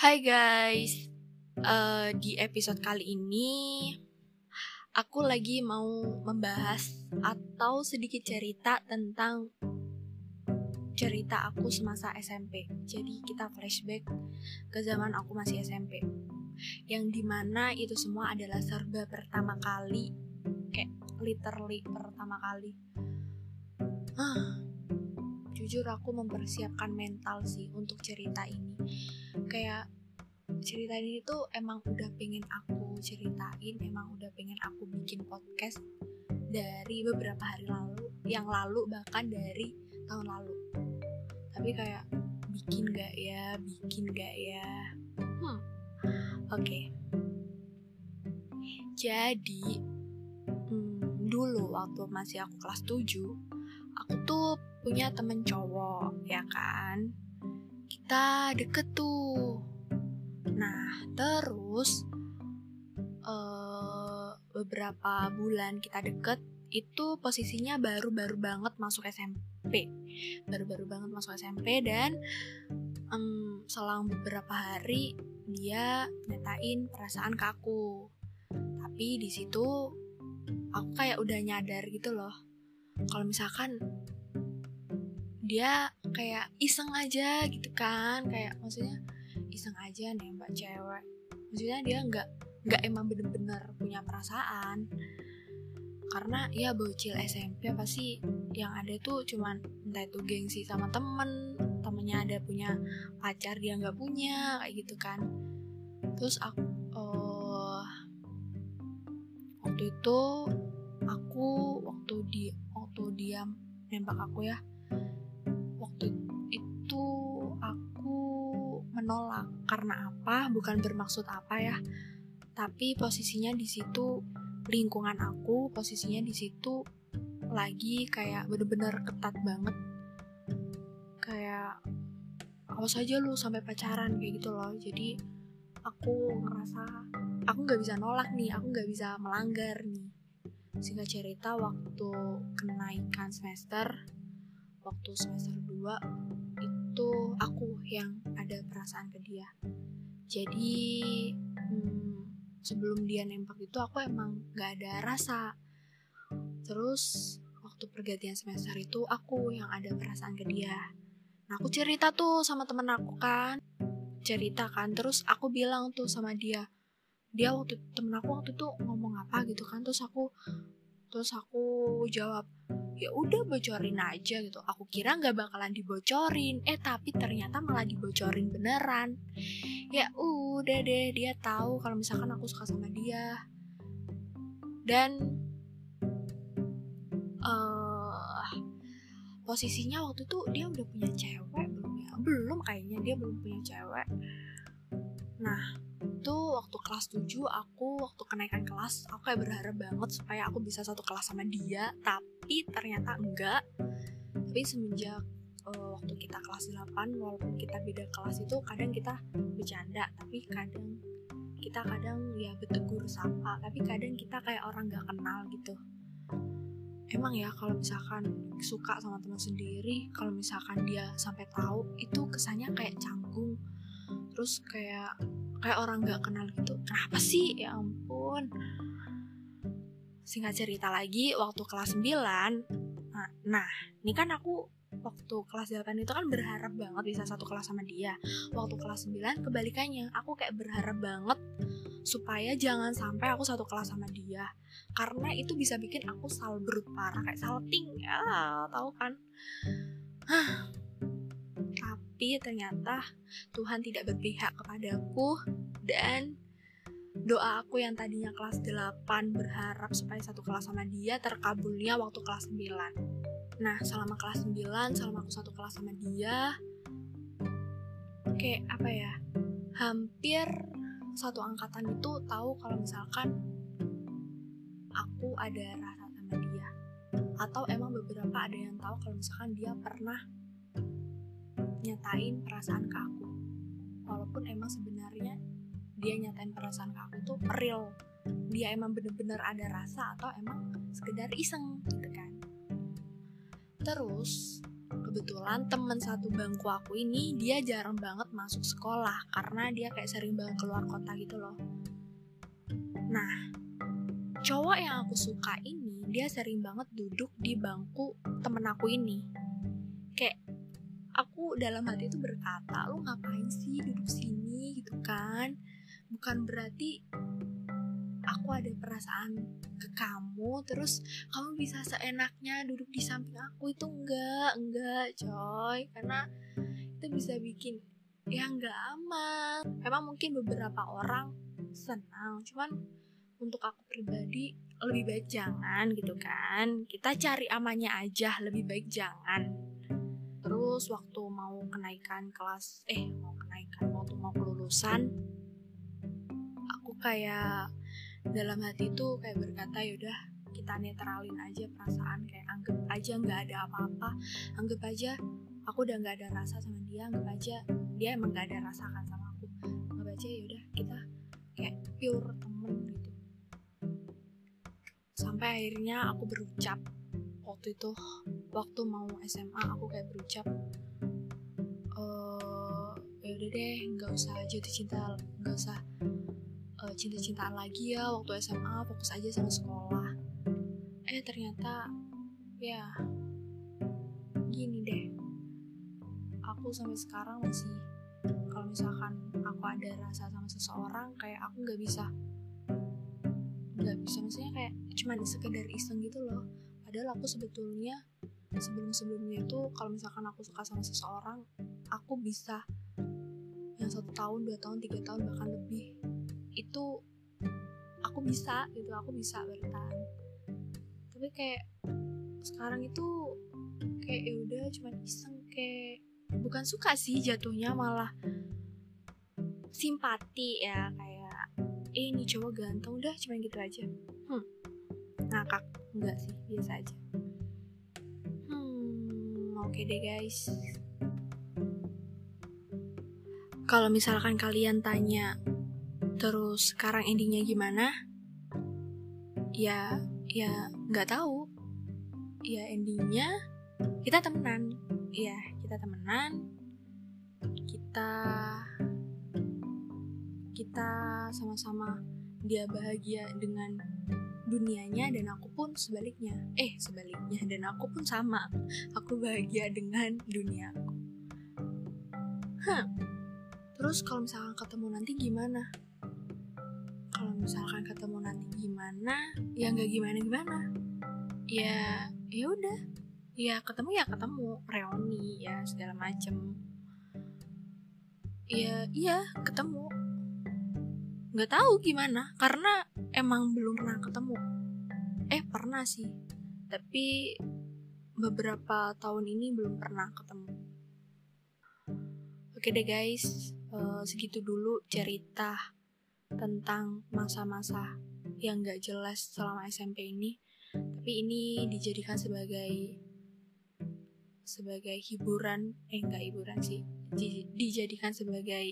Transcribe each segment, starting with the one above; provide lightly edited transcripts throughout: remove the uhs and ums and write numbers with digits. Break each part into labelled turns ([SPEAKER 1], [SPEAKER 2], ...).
[SPEAKER 1] Hai guys, di episode kali ini aku lagi mau membahas atau sedikit cerita tentang cerita aku semasa SMP. Jadi kita flashback ke zaman aku masih SMP, yang dimana itu semua adalah serba pertama kali, kayak literally pertama kali. Jujur aku mempersiapkan mental sih untuk cerita ini. Kayak cerita ini tuh emang udah pengen aku ceritain, emang udah pengen aku bikin podcast dari beberapa hari lalu, bahkan dari tahun lalu. Tapi kayak bikin gak ya. Oke. Jadi dulu waktu masih aku kelas 7, aku tuh punya temen cowok, ya kan? Kita deket tuh. Nah, terus beberapa bulan kita deket, itu posisinya baru-baru banget masuk SMP. Dan selang beberapa hari dia nyatain perasaan ke aku. Tapi di situ aku kayak udah nyadar gitu loh, kalau misalkan dia kayak iseng aja gitu kan, kayak maksudnya iseng aja nembak cewek. Maksudnya dia nggak emang bener-bener punya perasaan. Karena ya bocil SMP pasti yang ada tuh cuman entah itu gengsi sama temennya ada punya pacar dia nggak punya, kayak gitu kan. Terus aku waktu dia nembak aku ya, waktu itu aku menolak. Karena apa? Bukan bermaksud apa ya, tapi posisinya di situ lingkungan aku, posisinya di situ lagi kayak bener-bener ketat banget, kayak awas aja lu sampai pacaran kayak gitu loh. Jadi aku ngerasa aku nggak bisa nolak nih, aku nggak bisa melanggar nih. Singkat cerita, waktu kenaikan semester, waktu semester 2 itu aku yang ada perasaan ke dia. Jadi sebelum dia nembak itu aku emang gak ada rasa. Terus waktu pergantian semester itu aku yang ada perasaan ke dia. Nah, aku cerita tuh sama temen aku kan, terus aku bilang tuh sama dia temen aku waktu itu ngomong apa gitu kan. Terus aku jawab, ya udah bocorin aja gitu. Aku kira nggak bakalan dibocorin, tapi ternyata malah dibocorin beneran. Ya udah deh, dia tahu kalau misalkan aku suka sama dia. Dan posisinya waktu itu dia udah punya cewek belum ya? Belum, kayaknya dia belum punya cewek. Nah, itu waktu kelas 7 waktu kenaikan kelas, aku kayak berharap banget supaya aku bisa satu kelas sama dia, tapi ternyata enggak. Tapi semenjak waktu kita kelas 8, walaupun kita beda kelas itu kadang kita bercanda, tapi kadang ya bertegur sapa, tapi kadang kita kayak orang gak kenal gitu. Emang ya kalau misalkan suka sama teman sendiri, kalau misalkan dia sampai tahu, itu kesannya kayak canggung. Terus kayak orang gak kenal gitu. Kenapa sih? Ya ampun. Singkat cerita lagi, waktu kelas 9, nah ini kan aku waktu kelas 8 itu kan berharap banget bisa satu kelas sama dia. Waktu kelas 9 kebalikannya, aku kayak berharap banget supaya jangan sampai aku satu kelas sama dia, karena itu bisa bikin aku salbrut parah, kayak salting ya, tahu kan. Tapi ternyata Tuhan tidak berpihak kepadaku, dan doa aku yang tadinya kelas 8 berharap supaya satu kelas sama dia terkabulnya waktu kelas 9. Nah, selama kelas 9, selama aku satu kelas sama dia, kayak apa ya, hampir satu angkatan itu tahu kalau misalkan aku ada rasa sama dia. Atau emang beberapa ada yang tahu kalau misalkan dia pernah nyatain perasaan ke aku. Walaupun emang sebenarnya dia nyatain perasaan ke aku tuh real, dia emang bener-bener ada rasa atau emang sekedar iseng gitu kan. Terus kebetulan temen satu bangku aku ini dia jarang banget masuk sekolah karena dia kayak sering banget keluar kota gitu loh. Nah, cowok yang aku suka ini dia sering banget duduk di bangku temen aku ini. Kayak aku dalam hati itu berkata, lu ngapain sih duduk sini gitu kan? Bukan berarti aku ada perasaan ke kamu terus kamu bisa seenaknya duduk di samping aku, itu enggak coy, karena itu bisa bikin ya enggak aman. Emang mungkin beberapa orang senang, cuman untuk aku pribadi lebih baik jangan gitu kan, kita cari amannya aja, lebih baik jangan. Terus waktu mau kenaikan kelas waktu mau kelulusan, aku kayak dalam hati tuh kayak berkata, yaudah kita netralin aja perasaan, kayak anggap aja nggak ada apa-apa, anggap aja aku udah nggak ada rasa sama dia, anggap aja dia emang nggak ada rasa kan sama aku, anggap aja yaudah kita kayak pure temen gitu. Sampai akhirnya aku berucap waktu itu, waktu mau SMA aku kayak berucap, yaudah deh nggak usah jatuh cinta, nggak usah cinta-cintaan lagi ya waktu SMA, fokus aja sama sekolah. Ternyata ya gini deh, aku sampai sekarang masih, kalau misalkan aku ada rasa sama seseorang, kayak aku nggak bisa maksudnya kayak cuma sekedar iseng gitu loh. Padahal aku sebetulnya sebelumnya tuh kalau misalkan aku suka sama seseorang, aku bisa yang 1 tahun, 2 tahun, 3 tahun bahkan lebih, itu aku bisa bertahan. Tapi kayak sekarang itu kayak ya udah cuma iseng, kayak bukan suka sih jatuhnya, malah simpati ya, kayak ini cowok ganteng, udah cuma gitu aja. Ngakak enggak sih, biasa aja. Oke deh guys, kalau misalkan kalian tanya terus sekarang endingnya gimana, ya nggak tahu. Ya endingnya kita temenan, kita sama-sama, dia bahagia dengan dunianya dan aku pun sebaliknya, dan aku pun sama, aku bahagia dengan duniaku. Terus kalau misalkan ketemu nanti gimana? Kalau misalkan ketemu nanti gimana? Ya nggak gimana-gimana. Ya udah. Ya ketemu, reuni ya segala macem. Iya ketemu. Nggak tahu gimana, karena emang belum pernah ketemu. Pernah sih, tapi beberapa tahun ini belum pernah ketemu. Oke deh guys, segitu dulu cerita tentang masa-masa yang gak jelas selama SMP ini. Tapi ini dijadikan sebagai hiburan, gak hiburan sih, dijadikan sebagai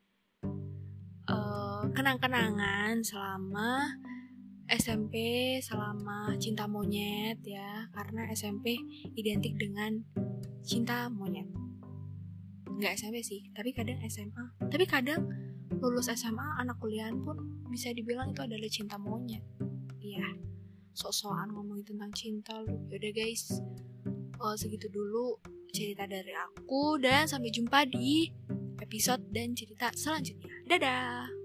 [SPEAKER 1] kenang-kenangan selama SMP, selama cinta monyet ya, karena SMP identik dengan cinta monyet. Nggak SMP sih, tapi kadang SMA, tapi kadang lulus SMA, anak kuliahan pun bisa dibilang itu adalah cinta monyet. Iya, sok-sokan ngomongin tentang cinta lu. Yaudah guys, segitu dulu cerita dari aku, dan sampai jumpa di episode dan cerita selanjutnya. Dadah!